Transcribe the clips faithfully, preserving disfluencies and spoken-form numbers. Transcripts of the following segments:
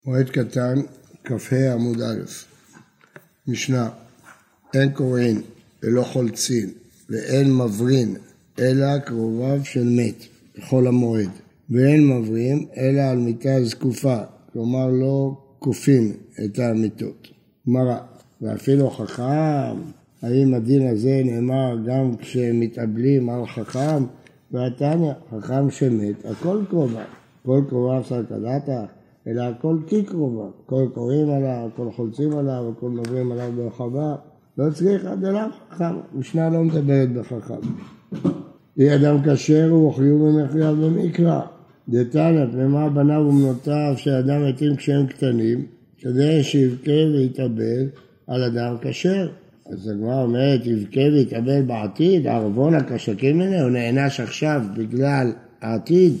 מועד קטן, כ"ה עמוד א', משנה, אין קוראין ולא חולצין ואין מברין אלא קרוביו של מת בכל המועד, ואין מברין אלא על מיטה זקופה, כלומר לא כופים את המיטות. גמרא, ואפילו חכם, האם הדין הזה נאמר גם כשמתאבלים על חכם? והתניא, חכם שמת, הכל קרוביו, כל קרוביו סרקדתא, אלא הכל כי קרובה, כל קוראים עליו, כל חולצים עליו, כל מברים עליו ברחבה, לא צריך עד אליו חכם, משנה לא מדברת בחכם. היא אדם כשר הוא חיוב ומחויב במקרא, דתניא פנימה בניו ובנותיו שאדם מתים כשהם קטנים, כדי שיבכה ויתאבל על אדם כשר. אז הגמרא אומרת, יבכה ויתאבל בעתיד, ערבון הקשקים ממנו, הוא נענש עכשיו בגלל העתיד,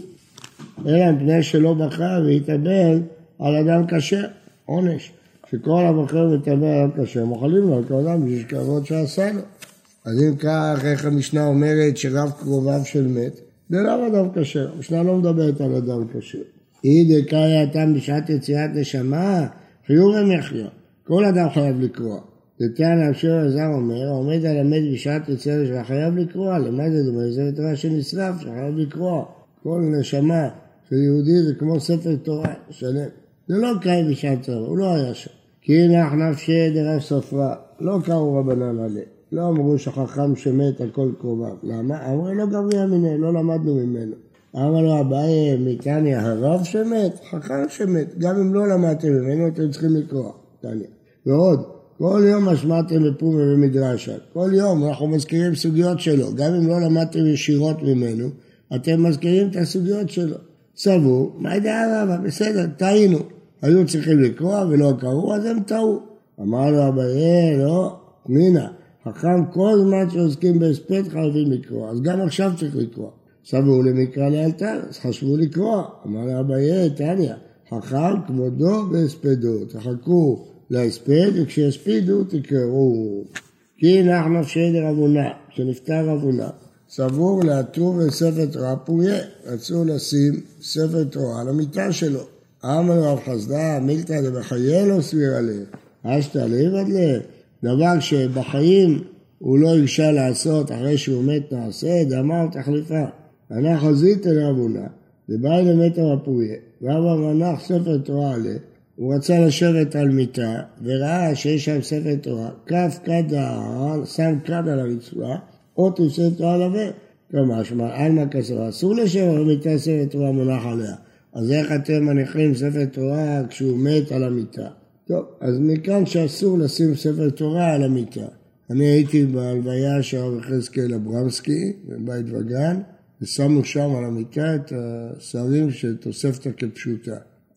אלא מפני שלא בכה והתאבל על אדם כשר, עונש. שכל הבוחר מתאבל על אדם כשר, מוכלים לו על כל אדם בשביל כבוד שעשה לו. אז אם כך, איך המשנה אומרת שרב קרוביו של מת, זה לא אדם כשר, המשנה לא מדברת על אדם כשר. אי דקאי אתם בשעת יציאת נשמה, חיוב ומחיה, כל אדם חייב לקרוא. דתניא רבי אלעזר אומר, העומד על המת בשעת יציאת נשמה, חייב לקרוא, למה זה דומה? זה תורה שנשרף, שחייב לקרוא. כל נשמה של יהודי זה כמו ספר תורה שלם. זה לא קיים בשעת צרה, הוא לא היה שם. כי נח נפשי דרב סופרה, לא קראו רבנן עליה. לא אמרו שחכם שמת על כל קרוביו. למה? אמרו לא גברי אמיניה, לא למדנו ממנו. אמר לו אביי מתניא, הרב שמת, חכם שמת. גם אם לא למדתם ממנו, אתם צריכים לקרוא. תניא. ועוד, כל יום משמעתם בפומה ומדרשה. כל יום אנחנו מזכירים סוגיות שלו. גם אם לא למדתם ישירות ממנו, אתם מזכירים את הסוגיות שלו. סבור, מה ידע רבא? בסדר, טעינו. היו צריכים לקרוא ולא קראו, אז הם טעו. אמר לו אביי, לא, מינה, חכם כל זמן שעוסקים בהספד חייבים לקרוא, אז גם עכשיו צריך לקרוא. סבור למקרא לאלתר, אז חשבו לקרוא. אמר לו אביי, תניא, חכם כבודו בהספדו, תחכו להספד, וכשיספידו תקראו. כי נח נפשי דרב הונא, כשנפטר רב הונא, סבור לעטור בספר תורה פוריה, רצו לשים ספר תורה על המיטה שלו. אמר רב חסדא, מילתא דבחיי לא סביר עליה, אשתא ליבד לה, דבר שבחיים הוא לא הרשה לעשות אחרי שהוא מת נעשה, דאמר תחליפה. הנח חזית אל רב הונא, דבאי למטר הפוריה, רבא מנח ספר תורה עליה, הוא רצה לשבת על מיטה, וראה שיש שם ספר תורה, כף כד העל, שם כד על הרצפה, או תפסה תורה לווה, כמה שמע, עלמא כסרה, אסור לשבת על מיטה ספר תורה מונח עליה. אז איך אתם מניחים ספר תורה כשהוא מת על המיטה? טוב, אז מכאן שאסור לשים ספר תורה על המיטה. אני הייתי בהלוויה של הרב יחזקאל אברמסקי, בבית וגן, ושמו שם על המיטה את השערים של תוספתא כפשוטה.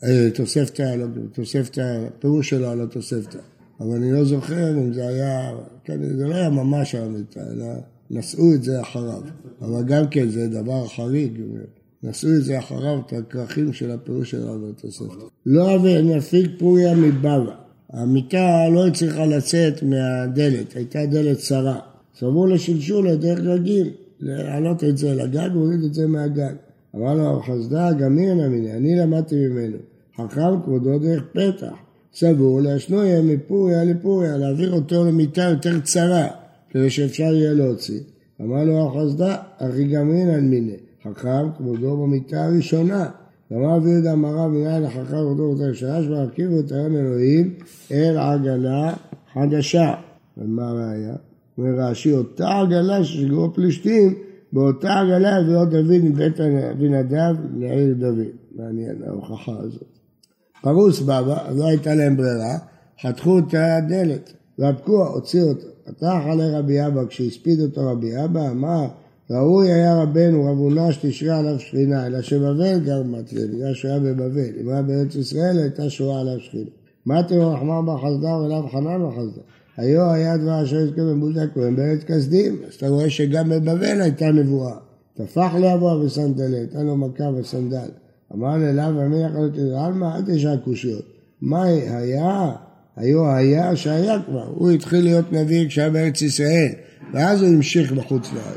תוספתא, תוספתא, פירוש שלו על התוספתא. אבל אני לא זוכר אם זה היה, זה לא היה ממש על המיטה, אלא נשאו את זה אחריו. אבל גם כן זה דבר חריג, נשאו את זה אחריו, את הכרכים של הפירוש של הרב התוספתא. לא נפיק פוריה מבבא. המיטה לא הצליחה לצאת מהדלת, הייתה דלת צרה. סברו לשלשול לדרך גגים, להעלות את זה לגג והוריד את זה מהגג. אמר לו הרב חסדא, גם מי אינה מיני, אני למדתי ממנו. חכם כבודו דרך פתח. סבור להשנויה מפוריה לפוריה, להעביר אותו למיטה יותר צרה, כדי שאפשר יהיה להוציא. אמר לו הרב חסדא, אחי גם אינה מיני. חכם כבודו במיטה הראשונה. אמר ויהודה אמרה מנהל לחכם כבודו במיטה הראשונה, שברכיבו את הרם אלוהים אל עגלה חדשה. ומה ראיה? ורש"י, אותה עגלה ששגרו פלישתים, באותה עגלה הביאו דוד מבית אבינדב לעיר דוד. מעניין, ההוכחה הזאת. פרוס בבא, לא הייתה להם ברירה, חתכו את הדלת, והפקוע, הוציאו אותו. פתח עלי רבי אבא, כשהספיד אותו רבי אבא, אמר, ראוי היה רבנו, רב הונא שתשרה עליו שכינה, אלא שבבל גרמת לזה, בגלל שהוא היה בבבל. אם היה בארץ ישראל, הייתה שורה עליו שכינה. מה תראו רחמר בחסדא ולאו חנן בחסדא? היו היה דבר אשר יזכה במבודק והם בארץ כסדים, אז אתה רואה שגם בבבל הייתה נבואה. תפח לאבוה וסנדלת, הייתה לו מכה וסנדל. אמר ללאו ואמין אחת תזרעלמה, אל תשעה קושיות. מה היה? היו היה שהיה כבר. הוא התחיל להיות נביא כשהיה בארץ ישראל, ואז הוא המשיך בחוץ לארץ.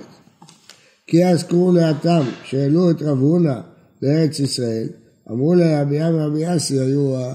כי אז קראו לאתם, שאלו את רב הונא לארץ ישראל, אמרו לרבי ים ורבי יסי, היו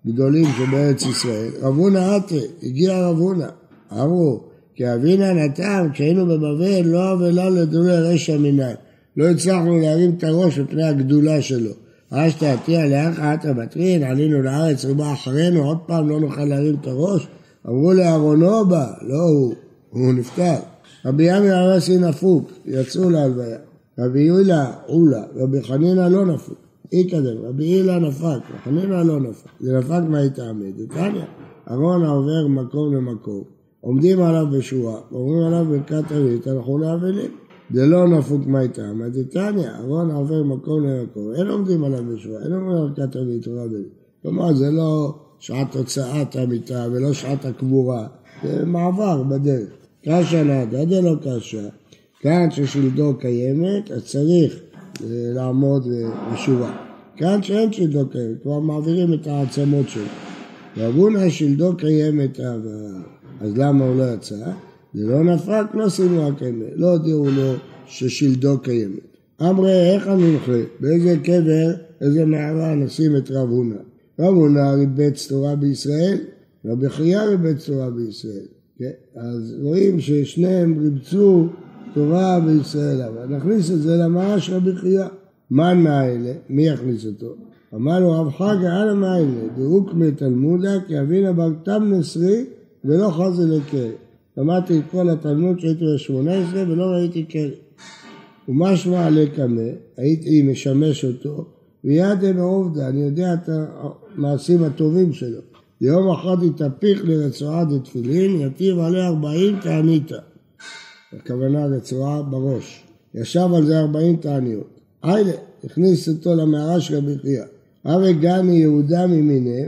גדולים שבארץ ישראל, רב הונא עתה, הגיע רב הונא, אמרו, כי אבינה נתם, כשהיינו בבבל, לא אבלה לדולי רשע מינן, לא הצלחנו להרים את הראש מפני הגדולה שלו. רשת עתיה לאח עתה מטרין, עלינו לארץ ריבה אחרינו, עוד פעם לא נוכל להרים את הראש, אמרו לאהרונו בא, לא הוא, הוא נפטר. רבי ימי הרסי נפוק, יצאו להלוויה. רבי יהודה עולה, רבי חנינא לא נפוק. אי קדם, רבי הילה נפק, חנינא לא נפק. זה נפק מה התעמד. דתניא, ארון העובר מקום למקום, עומדים עליו בשורה, אומרים עליו ברכת ערית, אנחנו לאבלים. זה לא נפוק מה התעמד. דתניא, ארון העובר מקום למקום, אין עומדים עליו בשורה, אין אומרים ברכת ערית, רבי. כלומר, זה לא שעת הוצאת המיטה ולא שעת הקבורה, זה מעבר בדרך. קשה נעדה, זה לא קשה. כאן ששלדו קיימת, אז צריך לעמוד בשורה. כאן שאין שלדו קיימת, כבר מעבירים את העצמות שלו. רב הונא שלדו קיימת, אז למה הוא לא יצא? זה לא נפק, לא שימו הקיימת, לא הודיעו לו ששלדו קיימת. אמרי, איך המלכה? באיזה קבר, איזה מערה נשים את רב הונא? רב הונא ריבץ תורה בישראל, רבי חייא ריבץ תורה בישראל. אז רואים ששניהם ריבצו תורה בישראל, אבל נכניס את זה למערה של רבי חייא. מן מהאלה, מי יכניס אותו? אמר לו רב חגא על המאלה, דירוק מתלמודה, כי אבינה בר תם נסרי ולא חזי לקרא. למדתי את כל התלמוד שהייתי ב-שמונה עשרה ולא ראיתי קרא. ומשמע עלי קמה, הייתי משמש אותו, וידע בעובדה, אני יודע את המעשים הטובים שלו. יום אחד התהפיך לרצועה דתפילין, יתיב עליה ארבעים תעניתה. הכוונה רצועה בראש. ישב על זה ארבעים תעניות. היילה, הכניס אותו למערה של רבי חייא. הרי גני יהודה ממיניהם,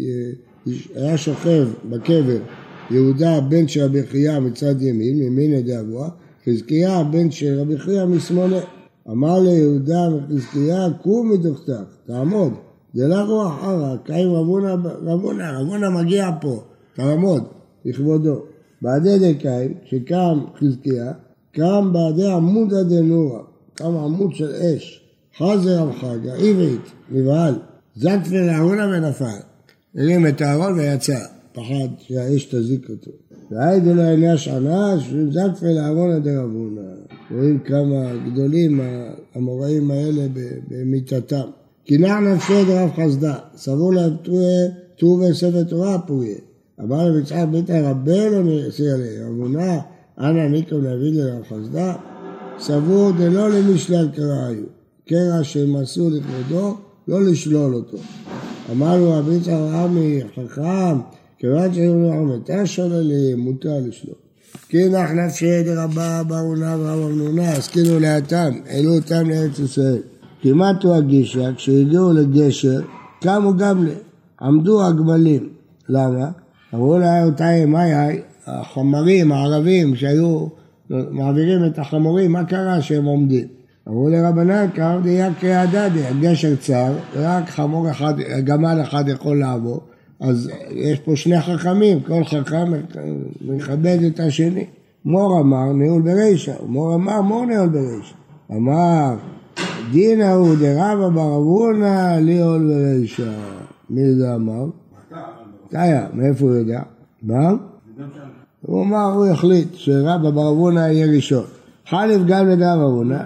היה שוכב בקבר, יהודה הבן של רבי חייא מצד ימין, ממין דאבוה, חזקיה הבן של רבי חייא משמאלה. אמר ליהודה וחזקיה, קום מדוכתך, תעמוד. זה לא רוח אחרה, קיים רב הונא, רב הונא, רב הונא מגיע פה, תעמוד, לכבודו. בעדי דקיים, שקם חזקיה, קם בעדי עמודא דנורא, קם עמוד של אש, חזר רב חגא, עברית, נבהל, זקף לרב הונא ונפל. הרים את הארון ויצא, פחד שהאש תזיק אותו. והייד אלו ענש ענש, וזקף לרב הונא דרב הונא. רואים כמה גדולים המוראים האלה במיתתם. קינח נפשו דרב חסדה, סבור להם טור וספר תורה פוריה. אמר למצעד ביתה רבה לא נעשי עליה, רב הונא, אנא ניקום להביא לרב חסדה, סבור דלא למשלל קרע היו, קרע שהם עשו לכבודו, לא לשלול אותו. אמר לו רבי יצחק עמי חכם, כיוון שהיו לעומד, תשולל לי, מותר לשלול. קינח נפשי דרבה בר הונא ורב הונא, הסכינו לאתם, העלו אותם לארץ ישראל. כמעט הוא הגישה, כשהגיעו לגשר, קמו גם לה, עמדו הגמלים. למה? אמרו לה אותה ימי, החמרים, הערבים שהיו מעבירים את החמורים, מה קרה שהם עומדים? אמרו לרבנן, קרב דיה כעדדי, הגשר צר, רק חמור אחד, גמל אחד יכול לעבור, אז יש פה שני חכמים, כל חכם מכבד את השני. מור אמר ניהול ברישה, מור אמר מור ניהול ברישה. אמר, דינא הוא דרבא בר רב הונא ניהול ברישה. מי זה אמר? תאיה, מאיפה הוא יודע? מה? הוא אמר, הוא החליט שרבא בר רב הונא יהיה ראשון. חליף גם לדרבא רב הונא.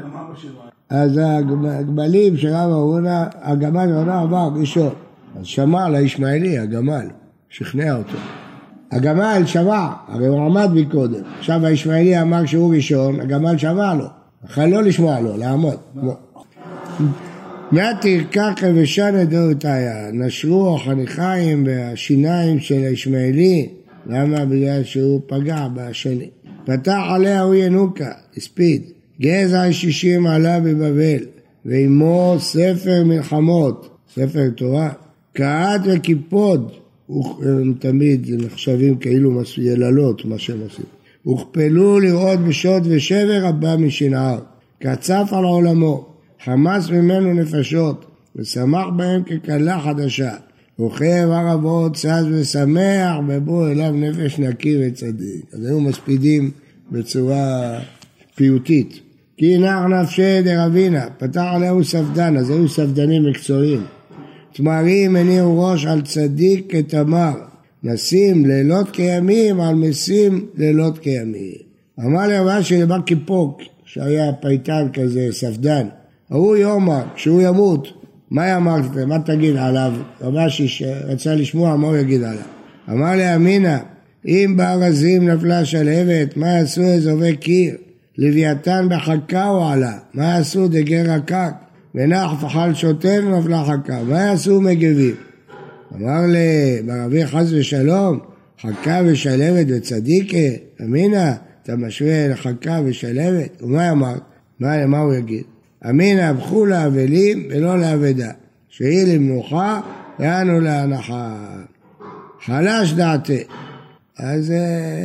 אז הגמלים של רבא רב הונא, הגמל רב הונא עבר ראשון. אז שמע לישמעאלי, הגמל, שכנע אותו. הגמל שמע, הרי הוא עמד מקודם. עכשיו הישמעאלי אמר שהוא ראשון, הגמל שמע לו. יכול לא לשמוע לו, לעמוד. נתיר ככה ושנה דעותיה, נשרו החניכיים והשיניים של הישמעאלי, למה? בגלל שהוא פגע בשני. פתח עליה הוא ינוקה, הספיד, גזע שישים עלה בבבל, ועמו ספר מלחמות, ספר תורה, קעת וקיפוד, הם תמיד נחשבים כאילו יללות מה שהם עושים, הוכפלו לראות בשוד ושבר הבא משנער, קצף על עולמו, חמס ממנו נפשות, ושמח בהם כקלה חדשה, רוכב הרבות, צז ושמח, ובוא אליו נפש נקי וצדיק. אז היו מספידים בצורה פיוטית. כי נח נפשי דרבינה, פתח עליהו ספדן, אז היו ספדנים מקצועיים. תמרים הניעו ראש על צדיק כתמר, נשים לילות כימים על משים לילות כימים. אמר לי רבה שלבר קיפוק, שהיה פייטן כזה, ספדן, הוא יומא, כשהוא ימות, מה יאמרת, מה תגיד עליו? רבה שרצה לשמוע מה הוא יגיד עליו. אמר לי אמינה, אם בארזים נפלה שלהבת, מה יעשו אזובי קיר? לוויתן בחכה הוא עלה, מה יעשו דגר רקק? ונח פחל שוטן ונפלה חכה, מה יעשו מגבים? אמר לי, ברבי חס ושלום, חכה ושלבת וצדיקה, אמינה, אתה משווה לחכה ושלבת? ומה אמרת? מה, מה הוא יגיד? אמינה, הבחו לאבלים ולא לאבדה, שהיא למנוחה ואנו להנחה. חלש דעתי, אז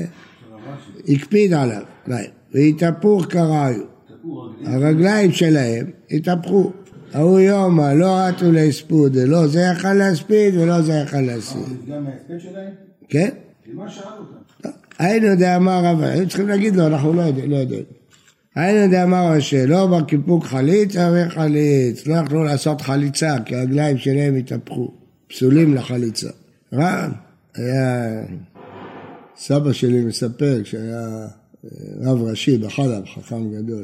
הקפיד עליו, והתהפוך כראיו. הרגליים שלהם התהפכו. ההוא יומא, לא רטו להספוד, לא זה יכל להספיד ולא זה יכל להספיד. הוא נפגע מההספד שלהם? כן? למה שאל אותם? היינו יודע מה רב, היו צריכים להגיד לו, אנחנו לא יודעים. היינו יודע מה רב שלא בקיפוק חליצה וחליץ, לא יכלו לעשות חליצה, כי הרגליים שלהם התהפכו, פסולים לחליצה. רב, היה, סבא שלי מספר, כשהיה רב ראשי בחלב, חכם גדול,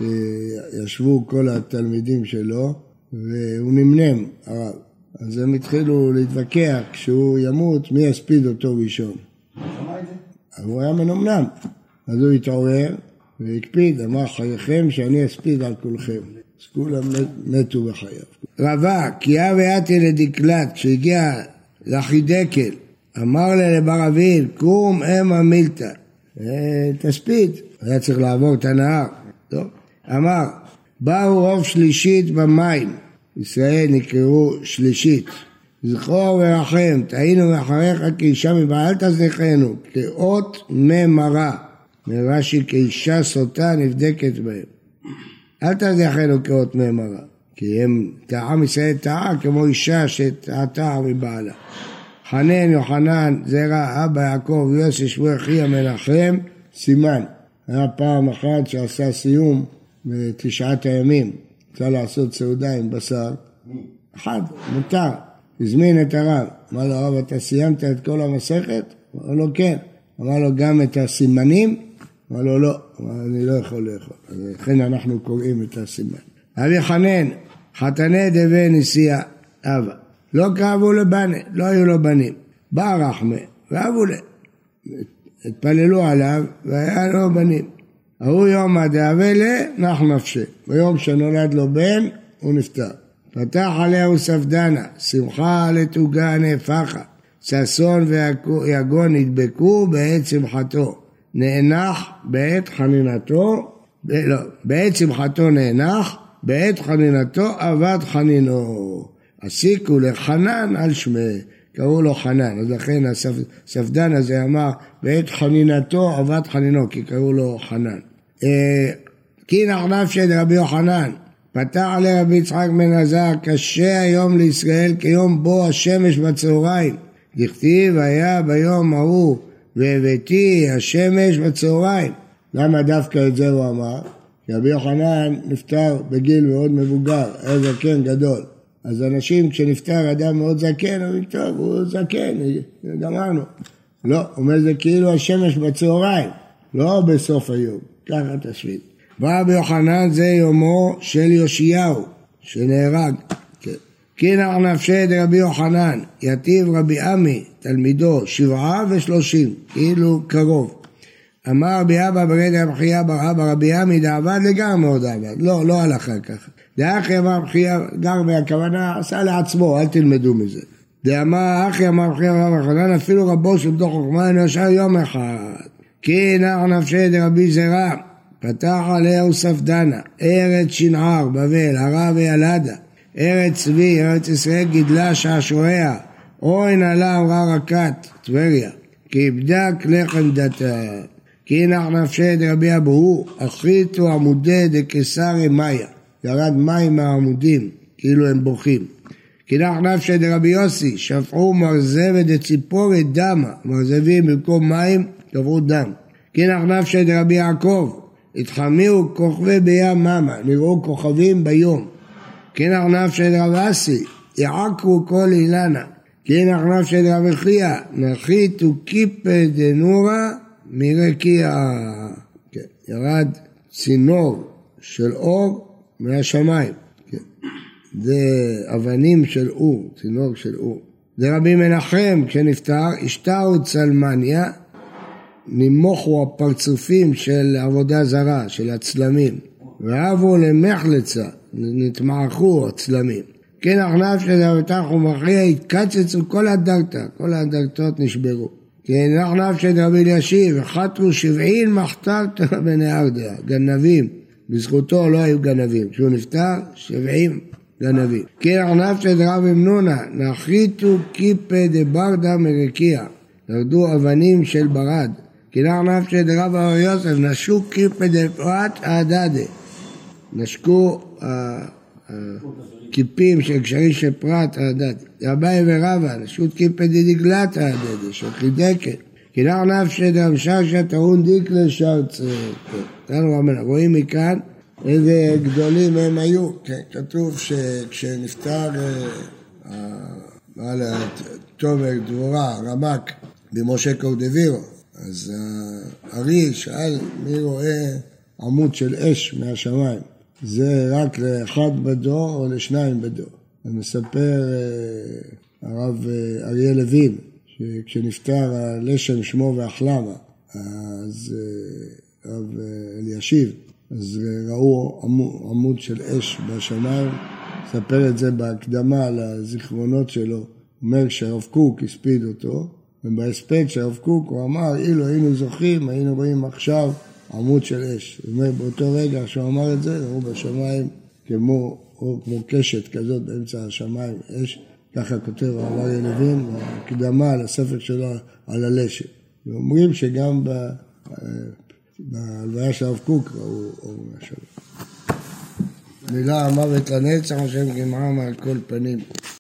שישבו כל התלמידים שלו, והוא נמנם, הרב. אז הם התחילו להתווכח, כשהוא ימות, מי יספיד אותו ראשון. שמע את זה? הוא היה מנומנם. אז הוא התעורר והקפיד, אמר חייכם שאני אספיד על כולכם. אז כולם מתו בחייו. רבה, כי אב יתי לדקלת, כשהגיע לחידקל, אמר לה לבר אביל, קום אמה מילתא, תספיד. היה צריך לעבור את הנהר. טוב. אמר, באו רוב שלישית במים, ישראל נקראו שלישית, זכור ורחם, תהיינו מאחריך כאישה מבעל, אל תזניחנו, כאות ממרה, מרש"י כאישה סוטה נבדקת בהם. אל תזניחנו כאות ממרה, כי הם, עם ישראל טעה כמו אישה שטעתה מבעלה. חנן, יוחנן, זרע, אבא יעקב, יוסי, שבו אחי המנחם, סימן. היה פעם אחת שעשה סיום בתשעת הימים, צריך לעשות סעודה עם בשר, אחד, מותר, הזמין את הרב, אמר לו הרב אתה סיימת את כל המסכת? אמר לו כן, אמר לו גם את הסימנים? אמר לו לא, אמר אני לא יכול לאכול, אז לכן אנחנו קוראים את הסימן. אבי חנן, חתני דבי נשיאה, אבא, לא קרבו לבנה, לא היו לו בנים, בא רחמה, ואבו לה, התפללו עליו והיה לו בנים. ההוא יום הדאבה לה, נח נפשה. ביום שנולד לו בן, הוא נפטר. פתח עליהו ספדנה, שמחה לתוגה נהפכה. ששון ויגון נדבקו בעת שמחתו. נאנח בעת חנינתו, ב, לא, בעת שמחתו נאנח, בעת חנינתו עבד חנינו. הסיקו לחנן על שמי. קראו לו חנן, אז לכן הספדן הזה אמר, בעת חנינתו עבד חנינו, כי קראו לו חנן. כי נחנף של רבי יוחנן, פתח לרבי יצחק בן עזר, קשה היום לישראל כיום בו השמש בצהריים. דכתיב היה ביום ההוא, והבאתי השמש בצהריים. למה דווקא את זה הוא אמר? כי רבי יוחנן נפטר בגיל מאוד מבוגר, היה זקן גדול. אז אנשים כשנפטר אדם מאוד זקן, אומרים טוב, הוא זקן, גמרנו. לא, אומר זה כאילו השמש בצהריים, לא בסוף היום, ככה תשוויד. רבי יוחנן זה יומו של יאשיהו, שנהרג. כי נח נפשי רבי יוחנן, יתיב רבי עמי, תלמידו, שבעה ושלושים, כאילו קרוב. אמר רבי אבא ברד רבי חייא בר אבא רבי עמי דעבד לגמרי מאוד עבד, לא, לא הלכה ככה. דאחי אמר רבי חייא גרמי, הכוונה עשה לעצמו, אל תלמדו מזה. דאמר אחי אמר רבי חייא בר חנן, אפילו רבו שבדו חוכמה נשאר יום אחד. כי נח נפשי דרבי זרע, פתח עליהו ספדנה, ארץ שנער, בבל, הרע וילדה, ארץ צבי, ארץ ישראל גידלה שעשועיה, אוי נעלה אמרה רקת, טבריה, כי יבדק לחם דתה. כי נח נפשי דרבי אבוהו, אחיתו עמודי דקסרי מאיה, ירד מים מהעמודים, כאילו הם בוכים. כי נח נפשי דרבי יוסי, שפעו מרזבת דציפורת דמה, מרזבים במקום מים, קבעו דם. כי נח נפשי דרבי יעקב, התחמיאו כוכבי בים ממה, נראו כוכבים ביום. כי נח נפשי דרבי אסי, יעקרו כל אילנה, כי אין אכנף של רבי חייא, נחיתו כיפה דנורה מרקיע. כן, ירד צינור של אור מהשמיים. כן. זה אבנים של אור, צינור של אור. זה רבי מנחם, כשנפטר, השתרו צלמניה, נמוכו הפרצופים של עבודה זרה, של הצלמים, ואהבו למחלצה, נתמעכו הצלמים. כן, אכנף של רבי ומכריע, התקצצו כל הדרתה, כל הדרתות נשברו. כן, אכנף של רבי אלישיב, וחתרו שבעין מחתרת בני ארדיה, גנבים, בזכותו לא היו גנבים, כשהוא נפטר, שבעים גנבים. כן, אכנף של רבי מנונה, נחיתו כיפה דברדה מרקיע, ירדו אבנים של ברד. כן, אכנף של רבי אור יוסף, נשקו כיפה דפרת הדדה, נשקו כיפים של קשרי של פרט הדדה. רבי ורבא, נשקו כיפה דדגלת הדדה, של חידקת. כן, אכנף של רבי שרשת טעון דיקלה שרצה. רואים מכאן איזה גדולים הם היו. כן, כתוב שכשנפטר על תומר דבורה, רמק, במשה קורדבירו, אז הארי שאל מי רואה עמוד של אש מהשמיים, זה רק לאחד בדור או לשניים בדור. ומספר הרב אריה לוין, שכשנפטר לשם שמו ואחלמה, אז הרב אלישיב, אז ראו עמוד של אש בשמיים, מספר את זה בהקדמה לזיכרונות שלו, אומר שהרב קוק הספיד אותו, ובהספד שהרב קוק הוא אמר, אילו היינו זוכים, היינו רואים עכשיו עמוד של אש. הוא אומר, באותו רגע שהוא אמר את זה, ראו בשמיים כמו, כמו קשת כזאת באמצע השמיים, אש, ככה כותב הרב אריה לוין, בהקדמה לספר שלו על הלשם. ואומרים שגם ב... בהלוויה של הרב קוק ראו אור מהשמיים. מילה המוות לנצח, השם גמרם על כל פנים.